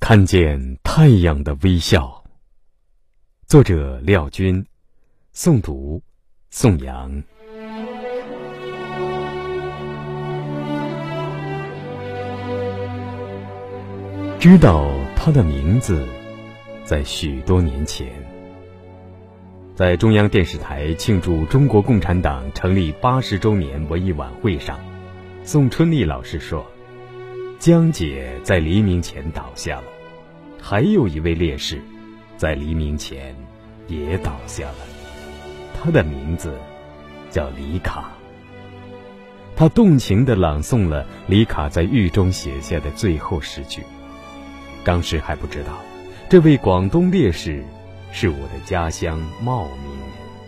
看见太阳的微笑。作者廖军，诵读宋阳。知道他的名字，在许多年前，在中央电视台庆祝中国共产党成立80周年文艺晚会上，宋春丽老师说，江姐在黎明前倒下了，还有一位烈士在黎明前也倒下了，他的名字叫李卡。他动情地朗诵了李卡在狱中写下的最后10句。当时还不知道，这位广东烈士是我的家乡茂名人。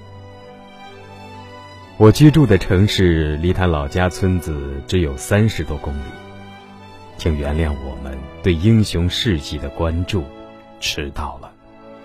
我居住的城市离他老家村子只有30多公里，请原谅我们对英雄事迹的关注迟到了。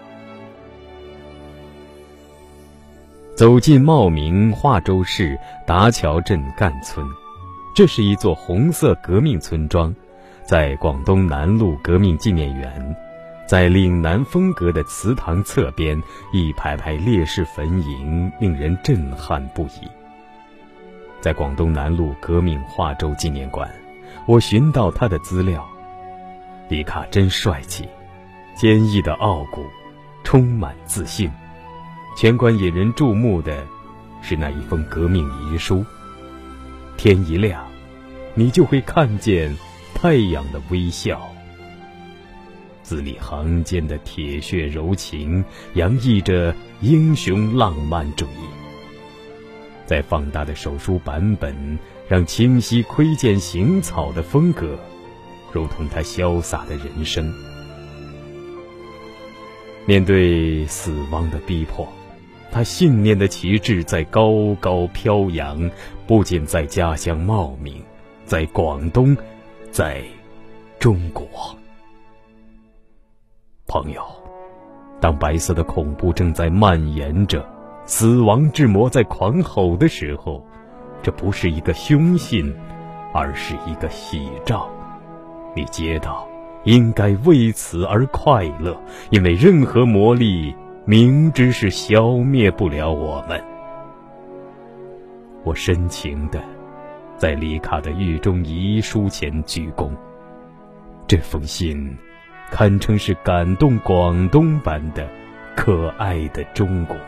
走进茂名化州市达桥镇干村，这是一座红色革命村庄，在广东南路革命纪念园，在岭南风格的祠堂侧边，一排排烈士坟茔令人震撼不已。在广东南路革命化州纪念馆，我寻到他的资料。李卡真帅气，坚毅的傲骨，充满自信。全馆引人注目的是那一封革命遗书。天一亮，你就会看见太阳的微笑。字里行间的铁血柔情，洋溢着英雄浪漫主义。在放大的手书版本，让清晰窥见行草的风格，如同他潇洒的人生。面对死亡的逼迫，他信念的旗帜在高高飘扬，不仅在家乡茂名，在广东，在中国。朋友，当白色的恐怖正在蔓延着，死亡之魔在狂吼的时候，这不是一个凶信，而是一个喜兆。你接到，应该为此而快乐，因为任何魔力明知是消灭不了我们。我深情地在李卡的狱中遗书前鞠躬。这封信堪称是感动广东版的可爱的中国。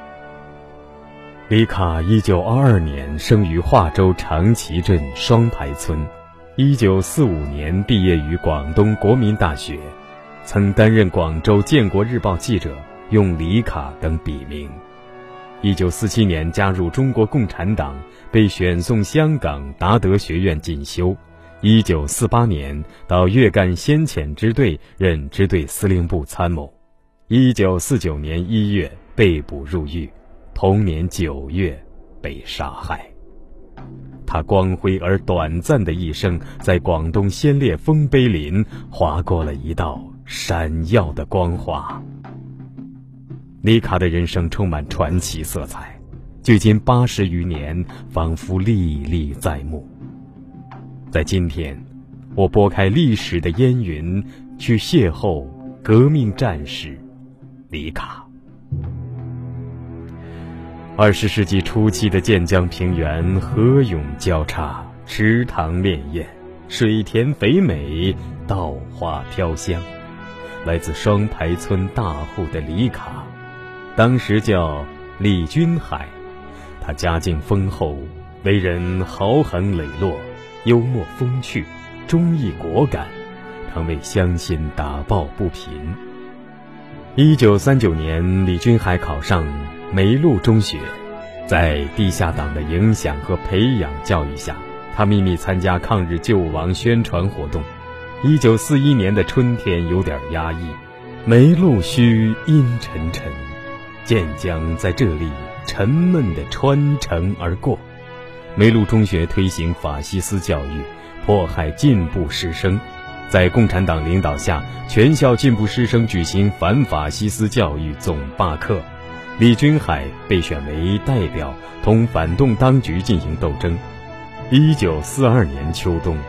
李卡1922年生于化州长崎镇双排村，1945年毕业于广东国民大学，曾担任广州建国日报记者，用李卡等笔名。1947年加入中国共产党，被选送香港达德学院进修。1948年到粤赣先遣支队任支队司令部参谋。1949年1月被捕入狱，同年9月被杀害。他光辉而短暂的一生，在广东先烈丰碑林划过了一道闪耀的光华。李卡的人生充满传奇色彩，距今80余年，仿佛历历在目。在今天，我拨开历史的烟云，去邂逅革命战士李卡。20世纪初期的建江平原，河涌交叉，池塘潋滟，水田肥美，稻花飘香。来自双排村大户的李卡，当时叫李君海，他家境丰厚，为人豪横磊落，幽默风趣，忠义果敢，常为乡亲打抱不平。1939年，李君海考上梅鹿中学，在地下党的影响和培养教育下，他秘密参加抗日救亡宣传活动。1941年的春天有点压抑，梅鹿须阴沉沉，建江在这里沉闷地穿城而过。梅鹿中学推行法西斯教育，迫害进步师生。在共产党领导下，全校进步师生举行反法西斯教育总罢课。李君海被选为代表，同反动当局进行斗争。1942年秋冬，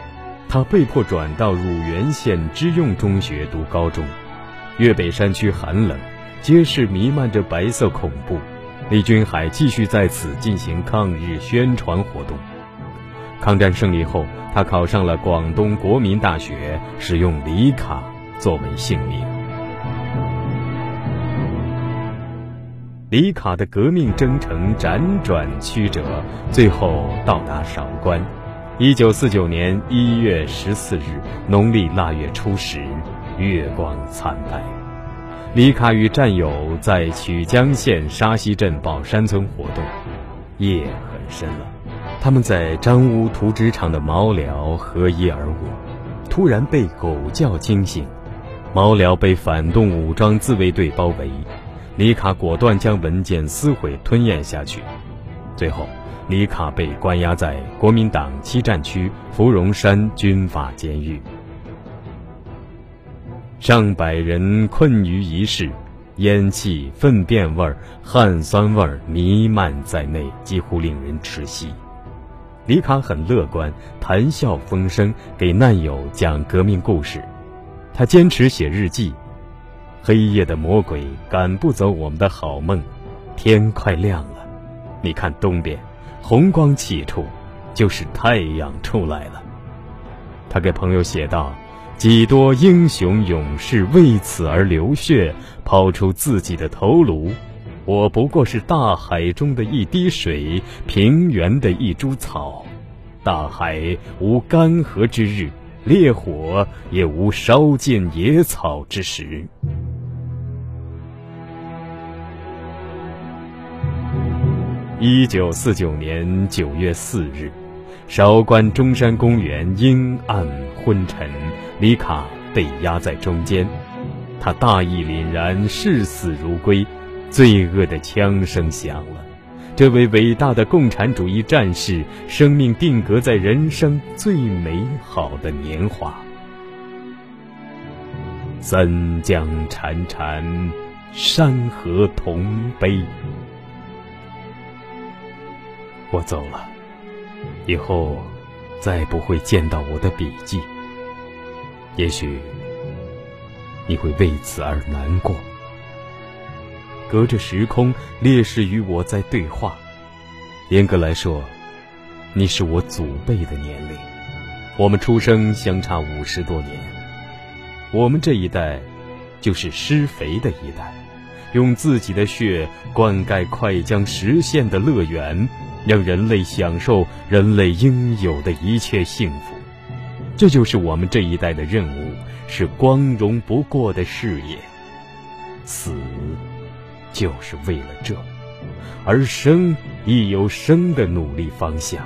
他被迫转到乳源县知用中学读高中。粤北山区寒冷，街市弥漫着白色恐怖，李君海继续在此进行抗日宣传活动。抗战胜利后，他考上了广东国民大学，使用李卡作为姓名。李卡的革命征程辗转曲折，最后到达韶关。1949年1月14日，农历腊月初10，月光惨白。李卡与战友在曲江县沙溪镇宝山村活动，夜很深了。他们在张屋涂织厂的茅寮合衣而卧，突然被狗叫惊醒。茅寮被反动武装自卫队包围，李卡果断将文件撕毁吞咽下去。最后李卡被关押在国民党七战区芙蓉山军法监狱。上百人困于一室，烟气、粪便味、汗酸味弥漫在内，几乎令人窒息。李卡很乐观，谈笑风生，给难友讲革命故事。他坚持写日记，黑夜的魔鬼赶不走我们的好梦，天快亮了，你看东边红光起处，就是太阳出来了。他给朋友写道，几多英雄勇士为此而流血，抛出自己的头颅，我不过是大海中的一滴水，平原的一株草。大海无干涸之日，烈火也无烧尽野草之时。1949年9月4日，韶关中山公园阴暗昏沉，李卡被压在中间。他大义凛然，视死如归，罪恶的枪声响了。这位伟大的共产主义战士，生命定格在人生最美好的年华。三江潺潺，山河同悲。我走了，以后再不会见到我的笔记，也许你会为此而难过。隔着时空，烈士与我在对话。严格来说，你是我祖辈的年龄，我们出生相差50多年。我们这一代就是施肥的一代，用自己的血灌溉快将实现的乐园，让人类享受人类应有的一切幸福。这就是我们这一代的任务，是光荣不过的事业。死就是为了这，而生亦有生的努力方向。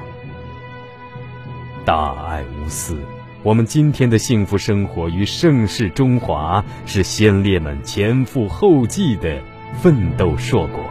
大爱无私，我们今天的幸福生活与盛世中华，是先烈们前赴后继的奋斗硕果。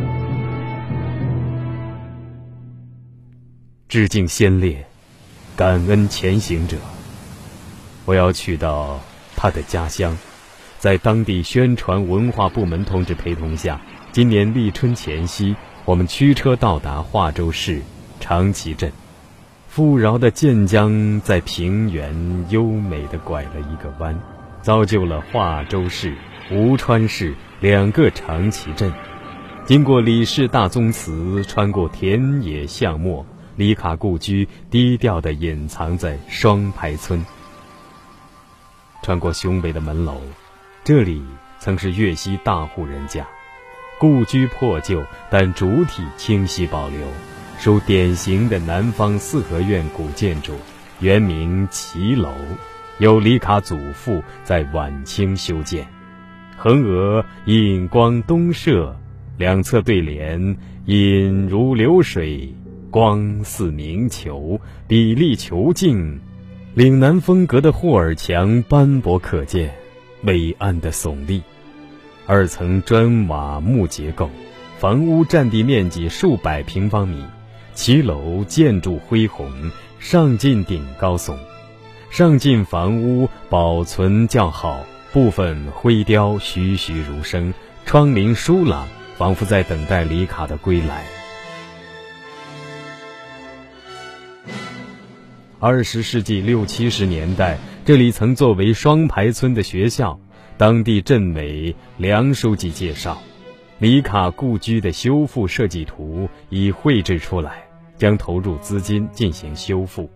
致敬先烈，感恩前行者。我要去到他的家乡，在当地宣传文化部门同志陪同下，今年立春前夕，我们驱车到达化州市长崎镇。富饶的建江在平原优美地拐了一个弯，造就了化州市、吴川市2个长崎镇。经过李氏大宗祠，穿过田野巷陌，李卡故居低调地隐藏在双排村。穿过雄伟的门楼，这里曾是粤西大户人家，故居破旧，但主体清晰保留，属典型的南方四合院古建筑，原名骑楼，由李卡祖父在晚清修建。横额引光东射，两侧对联引如流水，光似明球，比例遒劲。岭南风格的霍尔墙斑驳可见，伟岸的耸立。2层砖瓦木结构，房屋占地面积数百平方米，骑楼建筑恢宏，上进顶高耸。上进房屋保存较好，部分灰雕栩栩如生，窗棂疏朗，仿佛在等待李卡的归来。 20世纪60、70年代，这里曾作为双牌村的学校。当地镇委梁书记介绍，李卡故居的修复设计图已绘制出来，将投入资金进行修复。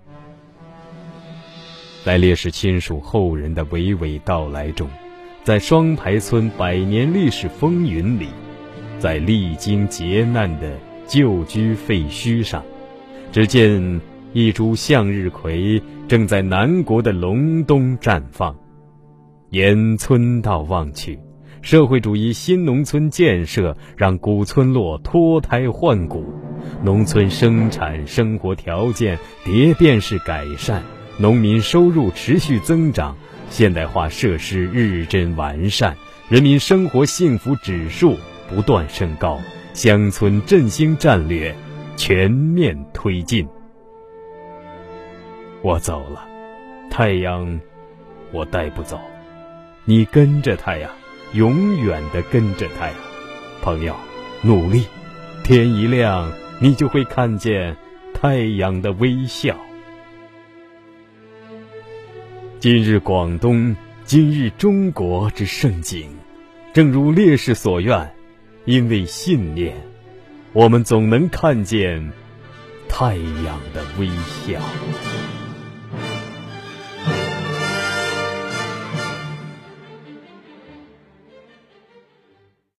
在烈士亲属后人的娓娓道来中，在双牌村100年历史风云里，在历经劫难的旧居废墟上，只见一株向日葵正在南国的隆冬绽放。沿村道望去，社会主义新农村建设让古村落脱胎换骨，农村生产生活条件蝶变式改善，农民收入持续增长，现代化设施日臻完善，人民生活幸福指数不断升高，乡村振兴战略全面推进。我走了，太阳我带不走，你跟着太阳，永远地跟着太阳。朋友，努力，天一亮，你就会看见太阳的微笑。今日广东，今日中国之盛景，正如烈士所愿，因为信念，我们总能看见太阳的微笑。